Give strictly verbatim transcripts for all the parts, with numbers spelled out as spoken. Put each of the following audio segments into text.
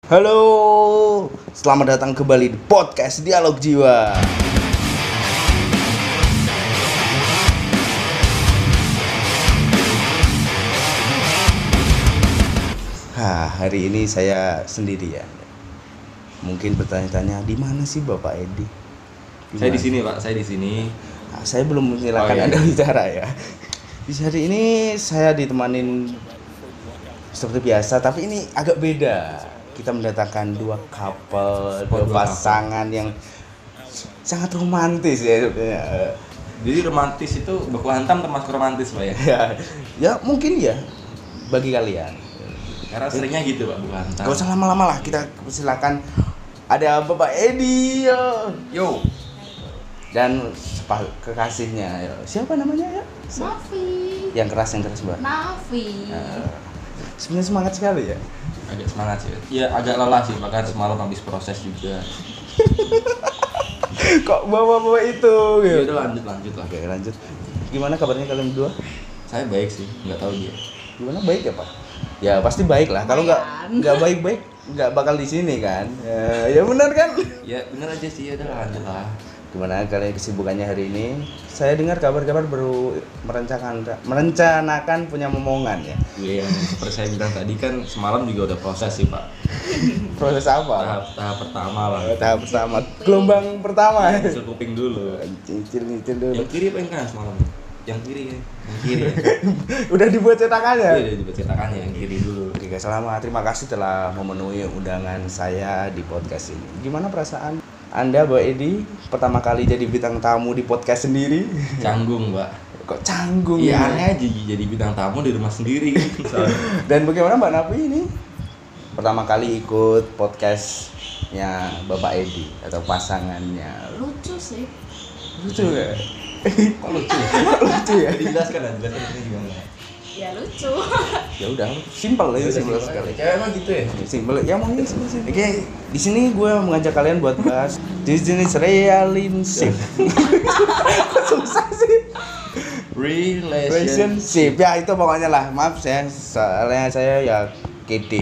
Halo, selamat datang kembali di podcast Dialog Jiwa. Hah, hari ini saya sendirian. Mungkin bertanya-tanya, di mana sih Bapak Edi? Saya di sini, Pak. Saya di sini. Nah, saya belum silakan Oh, iya. Anda bicara ya. Di hari ini saya ditemanin seperti biasa, tapi ini agak beda. Kita mendatangkan dua couple, dua dua pasangan yang sangat romantis ya sebenarnya. Jadi romantis itu baku hantam termasuk romantis, Pak ya. Ya, ya mungkin ya bagi kalian. Karena seringnya gitu, Pak, baku hantam. Gak usah lama-lama lah, kita silakan ada Bapak Edi ya. Yo. Dan sepa- kekasihnya ya. Siapa namanya ya? Nafi. Yang keras yang keras Mbak. Nafi. Nah, sebenarnya semangat sekali ya. Agak semangat sih. Ya agak lelah sih, bahkan semalam habis proses juga. Kok bawa-bawa itu Ya gitu. udah lanjut lanjut lah. Oke, lanjut. Gimana kabarnya kalian berdua? Saya baik sih, nggak tahu dia. Gimana, baik ya Pak? Ya pasti baik lah. Kalau nggak Lumayan. nggak baik-baik nggak bakal di sini kan? Ya, ya benar kan? Ya bener aja sih, ya udah lanjut lah. Gimana kalian kesibukannya hari ini? Saya dengar kabar-kabar baru merencanakan merencanakan punya momongan ya. Iya, yang seperti saya bilang tadi kan semalam juga udah proses sih, Pak. Proses apa? Tahap tahap pertama lah. Oh, tahap pertama, gelombang pertama. Hasil kuping dulu. Cicil-cicil dulu. Yang kiri apa yang kanan semalam? Yang kiri ya. Yang kiri ya. Udah dibuat cetakannya. Iya, udah dibaca cetakannya yang kiri dulu. Oke guys, selamat. Terima kasih telah memenuhi undangan saya di podcast ini. Gimana perasaan Anda, Mbak Edi, pertama kali jadi bintang tamu di podcast sendiri? Canggung, Mbak. Kok canggung Iya, ya? aneh aja jadi bintang tamu di rumah sendiri. Soalnya. Dan bagaimana Mbak Nafi ini? Pertama kali ikut podcastnya Bapak Edi atau pasangannya. Lucu sih. Lucu ya? Kok lucu? Lucu ya? Dijelaskan lah, jelaskan ini gimana. Ya lucu. Ya udah, simpel ya, Udah, simpel simpel sekali. aja. Cewek emang gitu ya? Simpel, ya mau ini simpel sih. Oke, di sini gue mengajak kalian buat bahas jenis relationship. Kok susah sih? Relationship. Relationship, ya itu pokoknya lah. Maaf saya, soalnya saya ya kidi.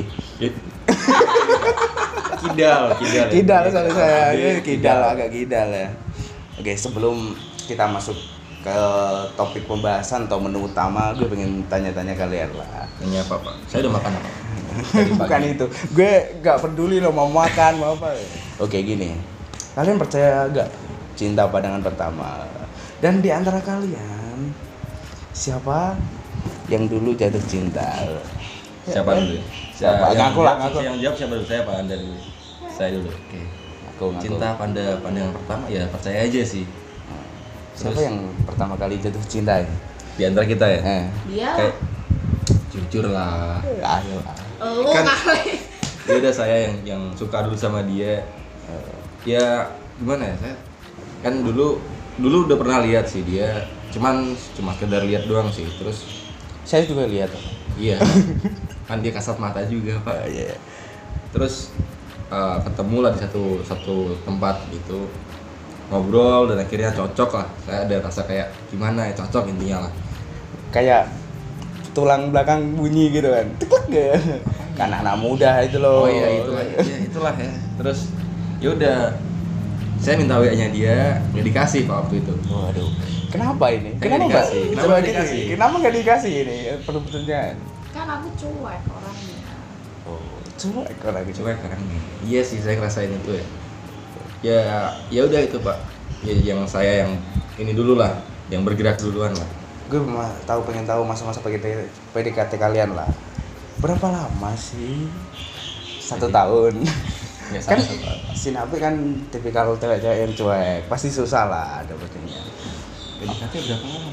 Kidal, kidal. ya? Kidal soalnya saya, Iya, ya, kidal agak kidal ya. Oke, sebelum kita masuk ke topik pembahasan atau menu utama, gue pengen tanya-tanya kalian lah. Tanya apa, Pak? Saya udah makan apa? Tadi pagi. Bukan itu, gue gak peduli lo mau makan mau apa. Oke gini, kalian percaya gak cinta pandangan pertama? Dan di antara kalian siapa yang dulu jatuh cinta? Siapa Ya, dulu? Siapa? Yang Ngaku lah, jawab- ngaku. Yang jawab siapa dulu? Saya apa Anda dulu? Saya dulu. Oke. Aku, ngaku. Cinta pada pandangan pertama ya percaya aja sih. Siapa Terus? yang pertama kali jatuh cinta ya? Di antara kita ya. Eh, Dia Kayak jujur lah. ayo lah. lu Kan- kali. Ya udah saya yang yang suka dulu sama dia. Eh, Ya gimana ya, saya kan dulu dulu udah pernah lihat sih dia, cuman cuma sekedar lihat doang sih. Terus saya juga lihat. iya kan dia kasat mata juga, Oh, Pak. iya. Terus uh, ketemu lah di satu satu tempat gitu, ngobrol dan akhirnya cocok lah. Saya ada rasa kayak gimana ya, cocok intinya lah. Kayak tulang belakang bunyi gitu kan. Tek ya. Kan anak muda itu loh. Oh iya itulah, ya, itulah ya. Terus ya udah, saya minta W A-nya dia, nggak dikasih Pak waktu itu. Waduh. Kenapa ini? Saya Kenapa nggak Mbak? dikasih. Kenapa Coba nggak gini, dikasih? Kenapa nggak dikasih ini? Perlu pertanyaan. Kan aku cuek orangnya. Oh, coba kalau lagi coba. Cuek kan? Iya sih, saya ngerasain itu ya. Ya, ya udah itu Pak. Ya yang saya yang ini dulu lah, yang bergerak duluan lah. Gue mah tahu pengen tahu masa-masa P D K T kalian lah. Berapa lama sih? Satu P D K T. tahun. Ya, Kan satu tahun. si Napi kan tipikal cewek-cewek yang cuek, pasti susah lah dapetinnya. P D K T berapa lama?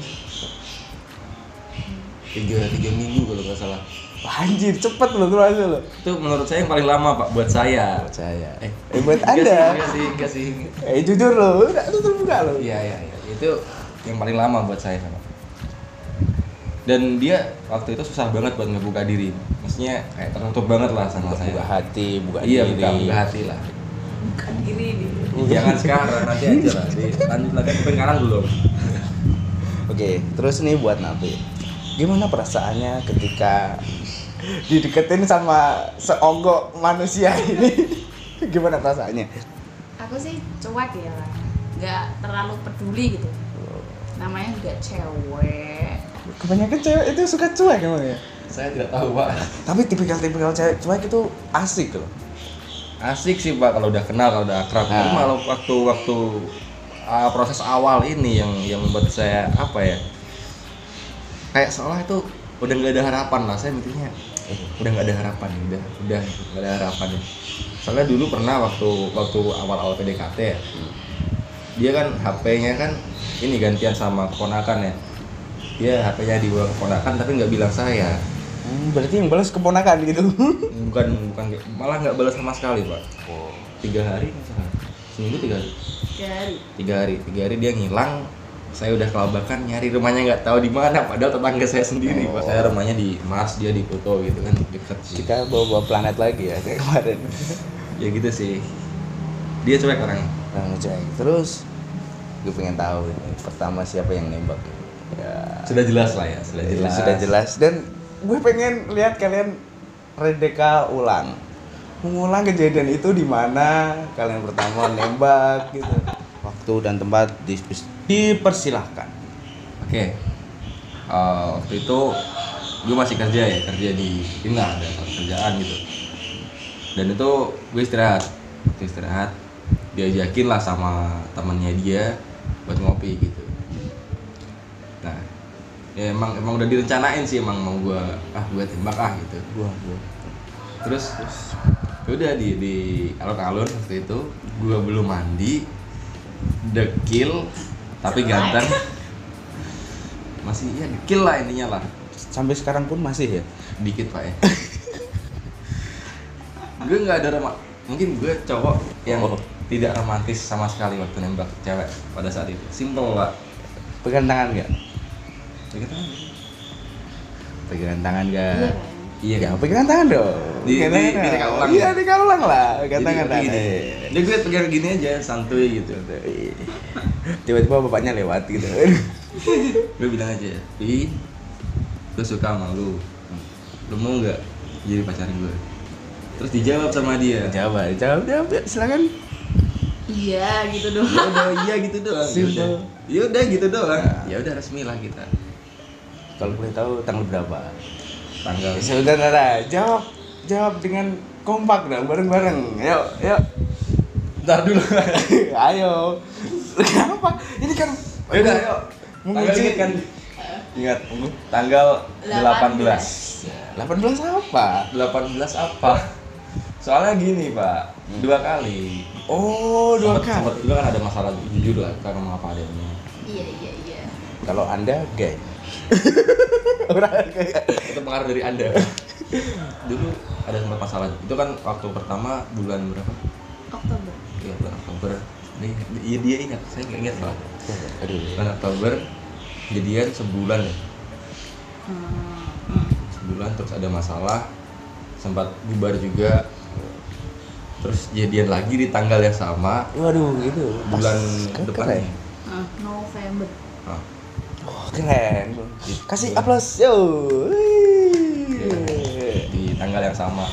Tiga, tiga minggu kalau nggak salah. Wah, anjir, cepet loh tuh aja loh. Itu menurut saya yang paling lama Pak buat saya. Buat saya. Eh, Eh, buat enggak Anda. sih, enggak sih, enggak sih. Eh, jujur loh, udah lu terbuka loh. Iya, iya, iya. Itu yang paling lama buat saya sama. Dan dia waktu itu susah banget buat ngebuka diri. Maksudnya kayak tertutup banget lah sama Buka, saya. buka hati, buka Iya, diri. buka, buka hati lah. Bukan diri nih. Jangan sekarang, nanti aja lah. Lanjut lagi ke sekarang belum. Oke, terus nih buat Napi. Gimana perasaannya ketika dideketin sama seonggok manusia ini. Gimana perasaannya? Aku sih cuek ya lah, nggak terlalu peduli gitu. Namanya juga cewek. Kebanyakan cewek itu suka cuek emang ya? Saya tidak tahu pak. Tapi tipikal-tipikal cewek cuek itu asik loh. Asik sih pak kalau udah kenal, kalau udah akrab. Tapi Nah. malah waktu waktu uh, proses awal ini yang yang membuat saya apa ya? Kayak seolah itu udah nggak ada harapan lah. Saya mikirnya udah nggak ada harapan, udah udah nggak ada harapan. Soalnya dulu pernah waktu waktu awal-awal P D K T ya, dia kan H P-nya kan ini gantian sama keponakan ya. Dia H P-nya dibawa keponakan tapi nggak bilang saya. Hmm, berarti yang balas keponakan gitu. Bukan bukan malah nggak balas sama sekali pak. Tiga hari misalnya, seminggu tiga hari. Tiga hari. Tiga hari, tiga hari dia ngilang. Saya udah kelabakan nyari rumahnya nggak tahu di mana. Padahal tetangga saya sendiri pak. Saya rumahnya di Mars, dia di Pluto gitu kan dekat sih. Kita bawa-bawa planet lagi ya kayak kemarin. Ya gitu sih. Dia cuek orangnya. Nah, ngecek. Terus gue pengen tahu ini pertama siapa yang nembak. Ya. Sudah jelas lah ya, sudah jelas. Sudah jelas dan gue pengen lihat kalian redeka ulang. Mengulang kejadian itu di mana kalian pertama nembak gitu. Waktu dan tempat dis- dipersilahkan. Oke. Eh, waktu itu gue masih kerja ya, kerja di ini lah, ada satu kerjaan gitu. Dan itu gue istirahat, waktu istirahat diajakin lah sama temannya dia buat ngopi gitu. Nah, ya emang emang udah direncanain sih, emang mau gue ah gue tembak ah gitu. Gua, gua. Terus ya udah di di alun-alun waktu itu gue belum mandi, dekil tapi ganteng. Masih ya dekil lah intinya lah. Sampai sekarang pun masih ya. Dikit pak ya. Gue nggak ada rema, mungkin gue cowok yang Oh. tidak romantis sama sekali waktu nembak cewek pada saat itu. Simple pak. Pegang tangan nggak? Begitu kan? Pegangan tangan Iya nggak? kan? Iya Ya, kan? pegangan tangan dong. Di- Pegangan di- tangan. di reka ulang Iya, ya? di reka ulang lah. Pegangan Jadi tangan. kayak tangan. gini. Dia gue pegang gini aja, santuy gitu. Tiba-tiba bapaknya lewat gitu. Gue bilang aja, Ih, gue suka sama lu. Lu mau nggak jadi pacaran gue? Terus dijawab sama dia. Jawab, jawab, jawab. Ya, silakan. Iya gitu Ya doang. udah, iya gitu doang. Simple. Ya udah gitu doang. Nah. Ya udah resmi lah kita. Kalau boleh tahu tanggal berapa? Tanggal Ya, saudara, jawab, jawab dengan kompak dong, bareng-bareng. Yuk, yuk. Ntar dulu. Ayo. Kenapa? Ini kan Oh, yaudah, ayo. Tanggal menguji inget kan? Ingat, tanggal delapan belas. delapan belas apa? delapan belas apa? Soalnya gini, Pak. Dua kali. Oh, dua Sempet- sempet kali. juga kan ada masalah jujur lah, karena ngomong apa adanya. Iya iya iya. Kalau Anda gay. Orang kayak Itu pengaruh dari Anda. Dulu ada sempat masalah. Itu kan waktu pertama bulan berapa? Oktober. Iya, bulan Oktober. Dia, dia, dia ingat, saya nggak ingat Pak. aduh. Bulan Oktober jadian sebulan ya. Hmm. hmm. Sebulan terus ada masalah, sempat bubar juga. Terus jadian lagi di tanggal yang sama Waduh, itu pas bulan keren. depannya. Ah, November. Ah, Oh, keren. Kasih aplaus. Yo. ya, di tanggal yang sama.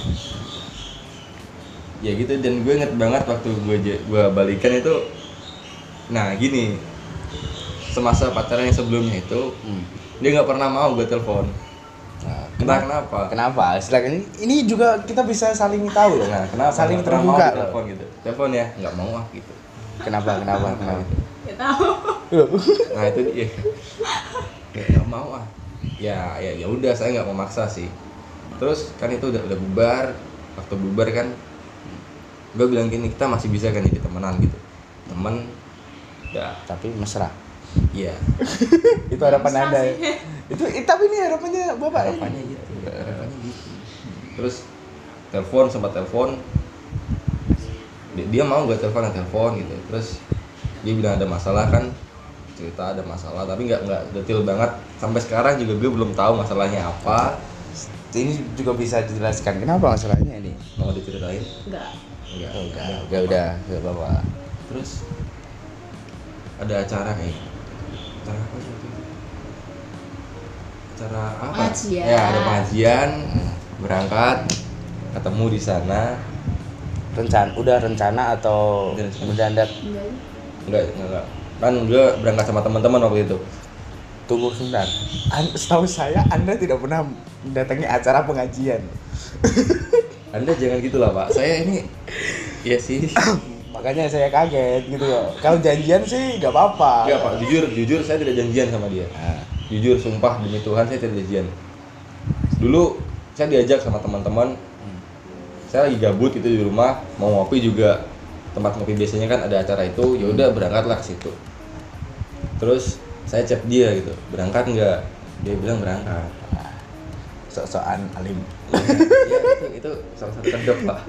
Ya gitu, dan gue inget banget waktu gue j- gue balikan itu. Nah gini, semasa pacaran yang sebelumnya itu Hmm. dia nggak pernah mau gue telepon. Nah, Kenapa? Kenapa? Kenapa? Silakan ini, ini juga kita bisa saling tahu loh. Nah, kenapa? Saling Nggak pernah mau terbuka gue loh. telepon gitu. Telepon ya, nggak mau ah gitu. Kenapa? Kenapa? Kenapa? Gak tahu. Nah itu dia. Ya nggak mau ah. Ya ya ya udah, saya nggak memaksa sih. Terus kan itu udah udah bubar. Waktu bubar kan, gue bilang gini, kita masih bisa kan jadi temenan gitu. Temen, ya, Tapi mesra. iya. Itu harapan Mesra Anda. sih. Ya? Itu eh, tapi ini harapannya Bapak. Harapannya gitu. Harapannya gitu. Terus telepon, sempat telepon. Dia, dia mau gue telepon, ya telepon gitu. Terus dia bilang ada masalah kan, cerita ada masalah, tapi nggak nggak detail banget. Sampai sekarang juga gue belum tahu masalahnya apa. Ini juga bisa dijelaskan kenapa masalahnya ini. Mau diceritain? Enggak. Enggak. Oh, enggak, enggak udah, enggak apa-apa. Terus ada acara kayak acara apa sih waktu itu? Acara apa? Pengajian. Ya ada pengajian. berangkat, ketemu di sana. Rencana, udah rencana atau Udah rencana. mendadak? Enggak. Enggak, enggak. Kan gue berangkat sama teman-teman waktu itu. Tunggu sebentar. An- setahu saya Anda tidak pernah mendatangi acara pengajian. Anda jangan gitulah Pak. Saya ini, iya sih. Makanya saya kaget gitu loh. Kalau janjian sih nggak apa-apa. Enggak Pak, jujur, jujur saya tidak janjian sama dia. Nah, Jujur, sumpah demi Tuhan saya tidak janjian. Dulu saya diajak sama teman-teman. Saya lagi gabut gitu di rumah, mau ngopi juga. Tempat ngopi biasanya kan ada acara itu, ya udah berangkatlah ke situ. Terus saya chat dia gitu, berangkat nggak? Dia bilang berangkat. sok-sokan alim. Ya, itu, itu salah satu kedok Pak.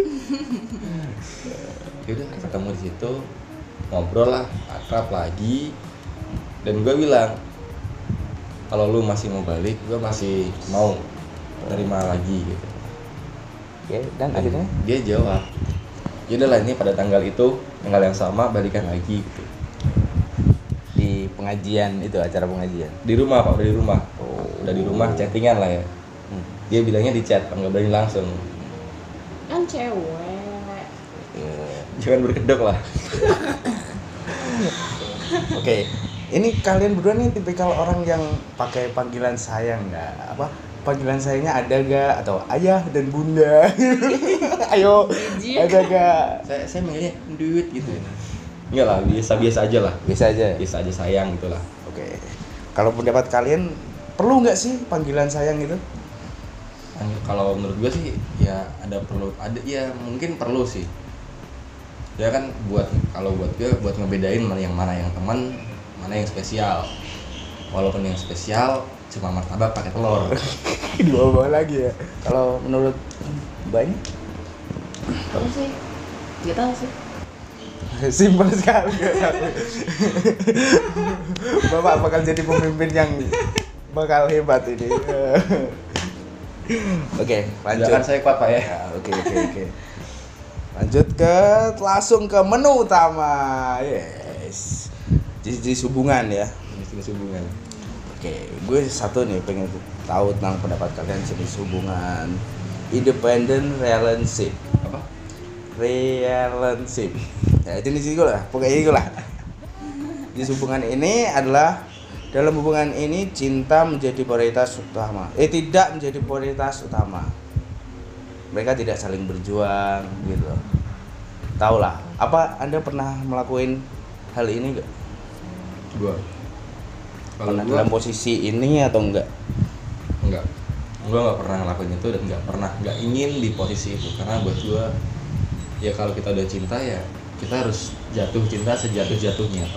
Ya udah ketemu di situ, ngobrol lah, akrab lagi. Dan gue bilang, kalau lu masih mau balik, gue masih mau terima lagi gitu. Oke, dan Dan akhirnya dia jawab, yaudah lah ini pada tanggal itu, tanggal yang sama balikan lagi gitu. di pengajian itu, acara pengajian. Di rumah Pak, udah di rumah. Oh. Udah di rumah, chattingan lah ya. Hmm. Dia bilangnya di chat, nggak berani langsung. Kan cewek. Iya. Jangan berkedok lah. Oke, ini kalian berdua nih tipikal orang yang pakai panggilan sayang nggak? Apa? Panggilan sayangnya ada gak? Atau ayah dan bunda? Ayo, Jijik. ada gak? Saya saya manggilnya duit gitu. Enggak lah, biasa-biasa aja lah. Bisa aja. Biasa aja sayang gitu lah. Oke. Kalau pendapat kalian, perlu nggak sih panggilan sayang itu? Kalau menurut gue sih ya ada perlu ada ya mungkin perlu sih. Ya kan buat kalau buat gue buat ngebedain mana yang mana yang teman, mana yang spesial. Walaupun yang spesial cuma martabak pakai telur. Dua-dua lagi ya. Kalau menurut Mbaknya? Terus sih, nggak tahu sih. Simpel sekali. Bapak bakal jadi pemimpin yang bakal hebat ini. Oke, lanjut. Jangan saya kuat Pak ya. Ya, oke oke oke. Lanjut ke langsung ke menu utama. Yes. Jenis hubungan ya. Jenis hubungan. Oke, gue satu nih pengen tahu tentang pendapat kalian jenis hubungan independent relationship. Apa? Relationship. Ya jenis itu lah, pokoknya itu lah. Jenis hubungan ini adalah dalam hubungan ini cinta menjadi prioritas utama. Eh tidak menjadi prioritas utama. Mereka tidak saling berjuang gitu loh. Tahu lah. Apa Anda pernah melakukan hal ini enggak? Gua. Kalau Pernah gua dalam posisi ini atau enggak? enggak. Gua enggak pernah ngelakuin itu dan enggak pernah enggak ingin di posisi itu karena buat gua ya kalau kita udah cinta ya kita harus jatuh cinta sejatuh-jatuhnya.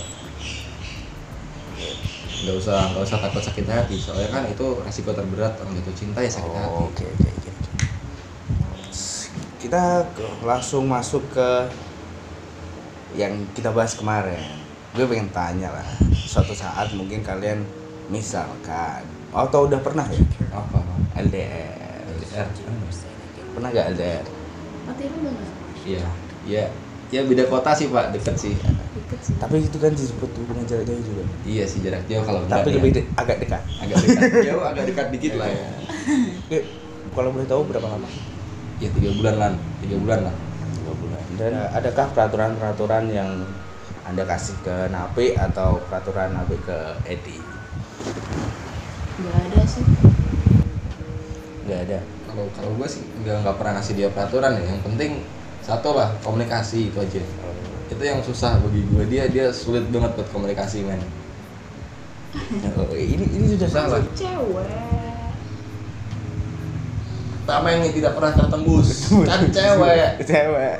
Nggak usah nggak usah takut sakit hati soalnya kan itu resiko terberat orang jatuh cinta ya sakit hati. Oh, oke oke oke. Kita ke- langsung masuk ke yang kita bahas kemarin. Gue pengen tanya lah, suatu saat mungkin kalian misalkan atau udah pernah ya Apa? L D R? L D R. Pernah gak L D R? Mati lu nggak? Iya. Ya ya beda kota sih Pak, deket sih. Dikit sih. Tapi itu kan disebut hubungan jarak jauh juga. Iya sih jarak jauh kalau Tapi enggak lebih ya. de- agak dekat. agak dekat jauh agak dekat dikit lah ya. Oke, kalau boleh tahu berapa lama? Ya tiga bulan lah, tiga bulan lah. Tiga bulan. Dan adakah peraturan-peraturan yang Anda kasih ke Napi atau peraturan Napi ke Edi? Nggak ada sih. Nggak ada. Kalau kalau gue sih nggak nggak pernah ngasih dia peraturan ya. Yang penting satu lah komunikasi itu aja. Itu yang susah bagi gue, dia dia sulit banget buat komunikasi men. Oh, ini ini sudah Susah lah. Cewek. Tameng yang tidak pernah tertembus kan cewek. Cewek.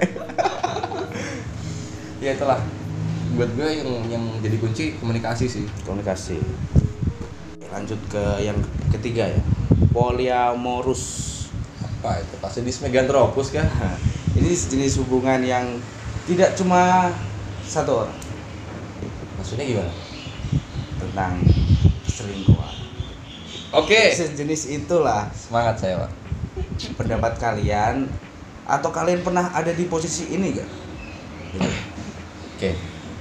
Ya itulah. Buat gue yang yang jadi kunci komunikasi sih. Komunikasi. Lanjut ke yang ketiga ya. Polyamorous. Apa itu? Pasti di Meganthropus kan? Ini jenis hubungan yang tidak cuma satu orang, Maksudnya gimana? tentang selingkuhan. Oke. Sejenis itulah Semangat saya Pak. pendapat kalian, atau kalian pernah ada di posisi ini gak? Gitu. Oke.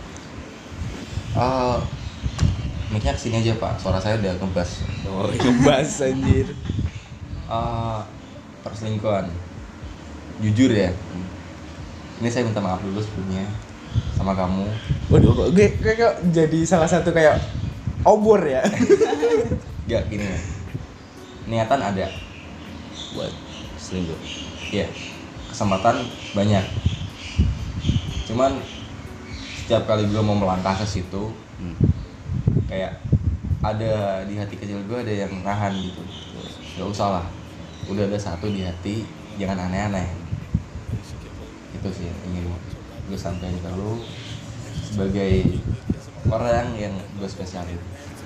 Oh, mic-nya kesini aja Pak. Suara saya udah ngebas. Oh, kebas anjir. Uh, perselingkuhan. Jujur ya. Ini saya minta maaf dulu sebelumnya sama kamu. Waduh, kok gue kayak jadi salah satu kayak obor ya. Gak gini ya. Niatan ada Buat selingkuh. ya, kesempatan banyak. Cuman setiap kali gue mau melangkah ke situ, Hmm. kayak ada di hati kecil gue ada yang nahan gitu. Gak usah lah, udah ada satu di hati, jangan aneh-aneh. Itu sih yang ingin gue sampaikan ke lu sebagai orang yang gue spesialin.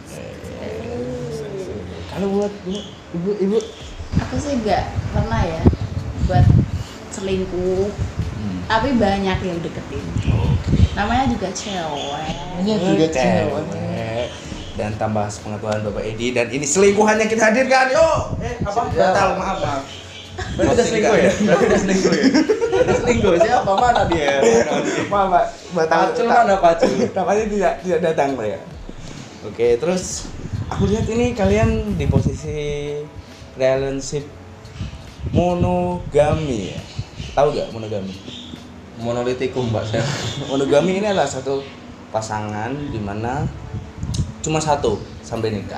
Kalau buat bu, ibu ibu Aku sih nggak pernah ya buat selingkuh, hmm. tapi banyak yang deketin. Namanya juga cewek. Namanya juga cewek. Dan tambah pengetahuan Bapak Edi, dan ini selingkuhan yang kita hadirkan. Yuk, eh apa? Batal, maaf maaf. Berarti udah selingkuh ya? Berarti udah selingkuh ya? Udah selingkuh, siapa? Mana dia? Maaf Pak, batal. Pacul mana Pacul? Namanya tidak tidak datang Pak ya. Oke, terus aku lihat ini kalian di posisi relationship monogami ya. Tahu gak monogami? Monolitikum mbak saya. Monogami ini adalah satu pasangan di mana cuma satu sampai nikah.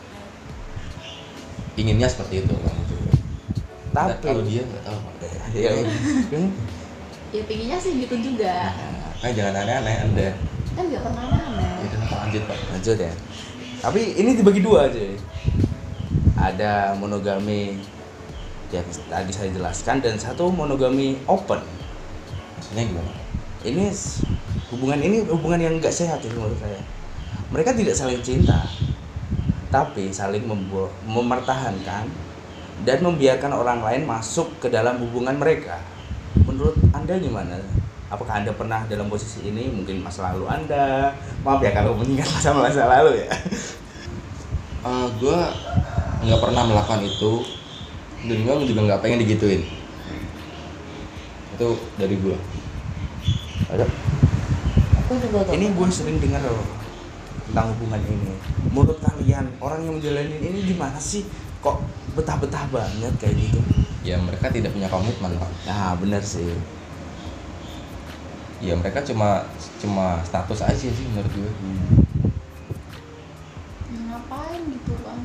Inginnya seperti itu kan. Tapi kalau dia nggak tahu Pak. ya, Ya pinginnya sih gitu juga. Nah, jangan aneh-aneh Anda. Kan nggak pernah aneh. Ya udah lanjut Pak. lanjut ya. Tapi ini dibagi dua aja. Ada monogami yang tadi saya jelaskan dan satu monogami open. Maksudnya gimana? Ini s- hubungan ini hubungan yang nggak sehat ya menurut saya. Mereka tidak saling cinta, tapi saling membu- mempertahankan dan membiarkan orang lain masuk ke dalam hubungan mereka. Menurut Anda gimana? Apakah Anda pernah dalam posisi ini? Mungkin masa lalu Anda. Maaf ya kalau mengingat masa-masa lalu ya. Uh, gue nggak pernah melakukan itu dan gue juga nggak pengen digituin. Itu dari gue. Ada. Aku juga tuh. Ini gue sering dengar loh tentang hubungan ini. Menurut kalian orang yang menjalani ini gimana sih? Kok betah-betah banget kayak gitu? Ya mereka tidak punya komitmen Pak. Nah benar sih. Ya mereka cuma cuma status aja sih menurut gue. Ngapain gitu kan?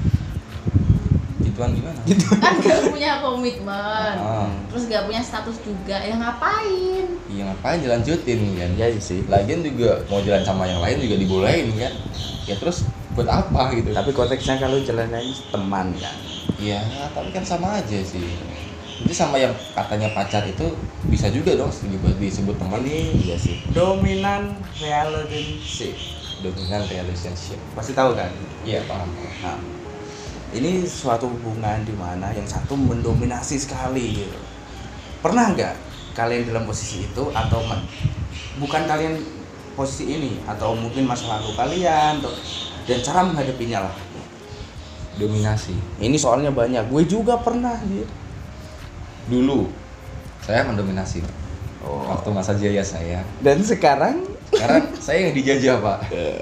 Gituan gimana? Gitu. Kan nggak punya komitmen, Ah. terus nggak punya status juga. Ya ngapain? Iya ngapain dilanjutin kan? Ya sih. Lagian juga mau jalan sama yang lain juga dibolehin kan? Ya terus buat apa gitu? Tapi konteksnya kalau jalannya teman kan. Iya, tapi kan sama aja sih. Jadi sama yang katanya pacar itu bisa juga dong disebut disebut teman. Ini iya sih. Dominan relationship. Dominan relationship. Pasti tahu kan? Iya paham. Nah, ini suatu hubungan di mana yang satu mendominasi sekali gitu. Pernah nggak kalian dalam posisi itu atau men- bukan kalian posisi ini atau mungkin masa lalu kalian atau, dan cara menghadapinya lah. Dominasi. Ini soalnya banyak. Gue juga pernah gitu. Dulu saya mendominasi Oh. waktu masa jaya saya. Dan sekarang Karena saya yang dijajah Pak.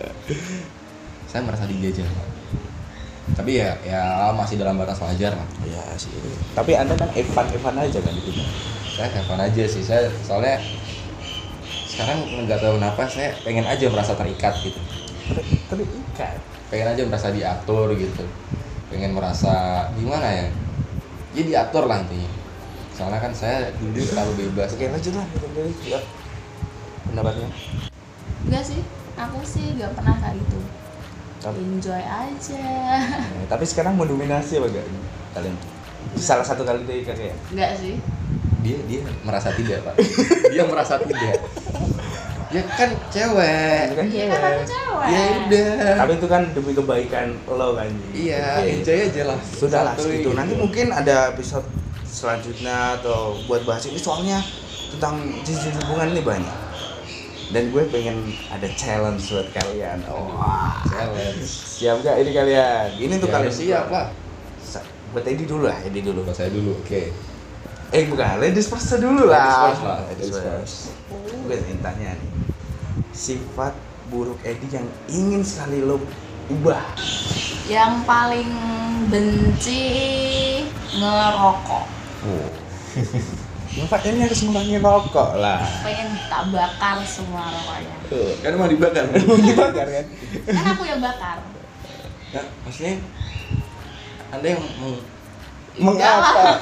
Saya merasa dijajah Pak. Tapi ya ya masih dalam batas wajar lah. ya sih. Tapi Anda kan Evan-Evan aja kan itu. Saya kapan aja sih. Saya soalnya sekarang nggak tahu kenapa saya pengen aja merasa terikat gitu. Ter- terikat. Pengen aja merasa diatur gitu. Pengen merasa gimana ya? Jadi diatur lah intinya. Soalnya kan saya dulu terlalu bebas. Oke lanjut lah itu dulu. Ya. Pendapatnya. Enggak sih, aku sih nggak pernah kayak gitu. Tapi, Enjoy aja. eh, tapi sekarang mendominasi apa enggak kalian? Salah satu kali terikat ya. Enggak sih. Dia dia merasa tidak Pak. Dia merasa tidak. Ya kan cewek. Itu kan Iya kan aku cewek. Ya udah. Tapi itu kan demi kebaikan lo kan. Iya, Oke. enjoy aja lah. Sudahlah Satu segitu. gitu. Nanti mungkin ada episode selanjutnya atau buat bahas ini soalnya tentang jenis hubungan ini banyak. Dan gue pengen ada challenge buat kalian. Oh, challenge. siap gak ini kalian? Ini tuh Ya, kalian siap lah. Sa- Buat Edi dulu lah, Edi dulu. Buat saya dulu. Oke. Eh bukan, ladies first dulu lah. Ladies first lah, Ladies ladies first. Gue mintanya nih. Sifat buruk Edi yang ingin sekali lo ubah. Yang paling benci ngerokok. Oh. Bapak ini harus mengurangi rokok lah. Pengen tak bakar semua rokoknya. Tuh, kan mau dibakar. Dibakar kan? Kan aku yang bakar. Nah, maksudnya Anda yang mau Mengapa?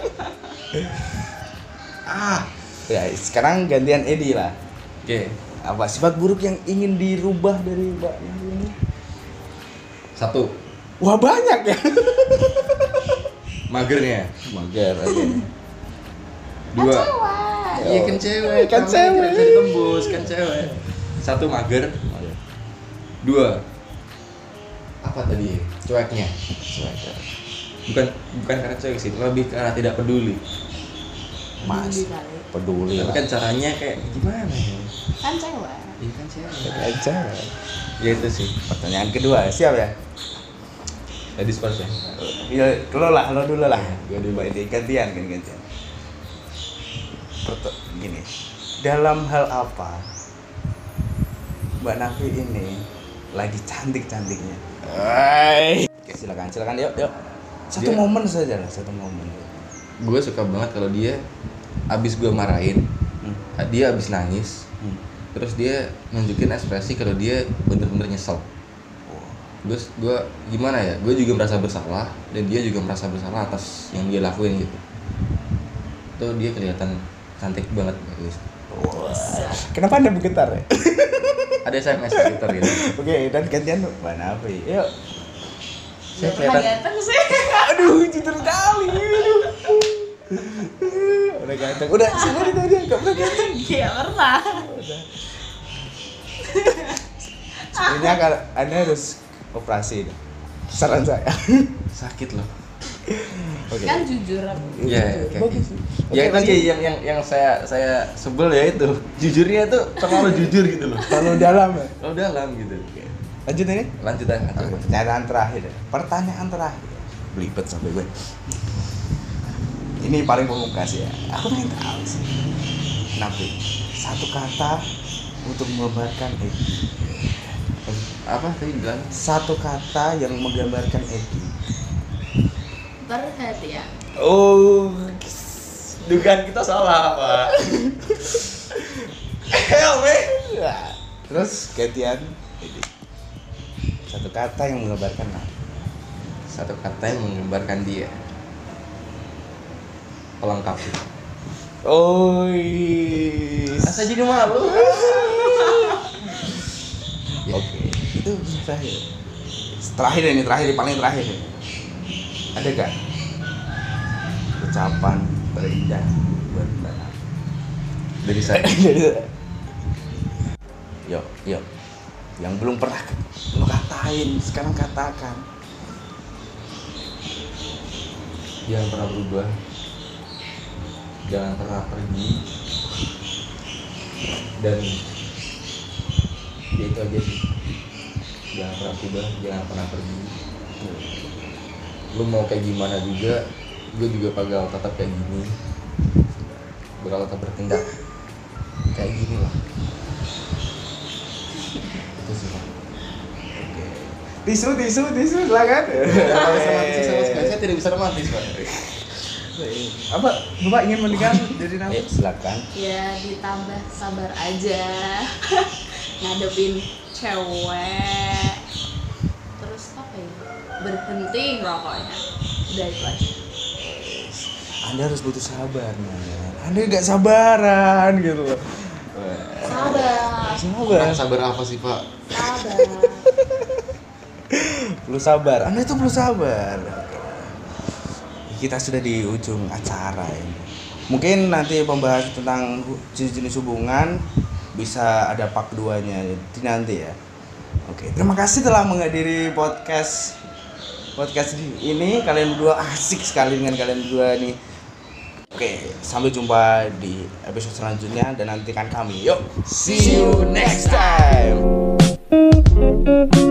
ah, Ya, sekarang gantian Edi lah. oke. Apa sifat buruk yang ingin dirubah dari Mbak ini? Satu, Wah, banyak ya. magernya. Mager aja. Dua, Cewek. iya kan cewek, Kan namanya cewek. tidak bisa ditembus, kan cewek. Satu mager, dua apa tadi? Cueknya. Bukan bukan karena cuek sih, lebih karena tidak peduli. Mas, Peduli kali. peduli Tapi lah. kan caranya kayak gimana ya? Kan cewek. Iya kan cewek. Aja. Ya itu sih. Pertanyaan kedua, siap ya? Tadi spurs ya. Ya, lo lah, lo dulu lah. Gua Dulu ini gantian kan gantian. Perto- gini, dalam hal apa Mbak Nafi ini lagi cantik-cantiknya? Hai. Oke, silakan, silakan yuk, yuk. Satu Dia- momen saja lah, satu momen. Gue suka banget kalau dia abis gue marahin, Hmm. dia abis nangis, Hmm. terus dia nunjukin ekspresi kalau dia bener-bener nyesel. Gue gue gimana ya? Gue juga merasa bersalah dan dia juga merasa bersalah atas yang dia lakuin gitu. Tuh dia kelihatan cantik banget guys. Kenapa Anda bergetar ya? Ada S M S Twitter gitu. Oke, dan gantian Mbak Nafi. Yuk. Saya Udah pernah kelihatan ganteng sih. Aduh, cinta sekali. Aduh. Udah ganteng. Udah, sana itu aja, enggak pernah ganteng. Iya pernah. Udah. Sebenarnya kalau Anda harus operasi deh. Saran saya. sakit loh. Oke. Kan jujur aku. Iya, oke. Bagus. Ya Oke, tadi yang yang yang saya saya sebel ya itu jujurnya tuh terlalu jujur gitu loh. terlalu dalam ya. Terlalu dalam gitu. Lanjut ini. Lanjut aja. Oke, pertanyaan terakhir. Pertanyaan terakhir. Belibet sampai gue. Ini paling pemungkas ya. Aku pengen tahu sih. Nafi, satu kata untuk menggambarkan Edi. Apa tadi bilang? Satu kata yang menggambarkan Edi. Perhatian. Oh, Dugaan kita salah, Pak. hell man. Terus gantian Edi. Satu kata yang menggambarkan Nafi. Satu kata yang menggambarkan dia. Pelengkap. Oh, Asa jadi malu. Oke, itu terakhir. Terakhir ini, terakhir, paling terakhir. Ini. Ada gak ucapan terindah buat Mbak Nafi? Dari saya. Yuk, yuk. Yang belum pernah lo katain, sekarang katakan. Jangan pernah berubah. Jangan pernah pergi. Dan ya itu aja sih. Jangan pernah berubah, jangan pernah pergi. Lu mau kayak gimana juga, gue juga bakal tetap kayak gini. Bakal tetap bertindak kayak gini lah. Itu sih Pak. Oke. Tisu, tisu, tisu, silakan. Kalau sama romantis sama sekali, saya tidak bisa romantis Pak. Apa Bapak ingin mendengar dari Nafi? Ayo. Silakan. Ya ditambah sabar aja. Ngadepin cewek. Terus apa ya? Berhenti rokoknya. Udah itu aja. Anda harus butuh sabar, man. Anda nggak sabaran gitu loh. Sabar. Sabar. Kurang sabar apa sih Pak? Sabar. Perlu sabar. Anda itu perlu sabar. Kita sudah di ujung acara ini. Mungkin nanti pembahas tentang hu- jenis-jenis hubungan bisa ada part keduanya di nanti ya. Oke, terima kasih telah menghadiri podcast podcast ini. Kalian berdua asik sekali dengan kalian berdua nih. Oke, sampai jumpa di episode selanjutnya dan nantikan kami. Yuk, see you next time.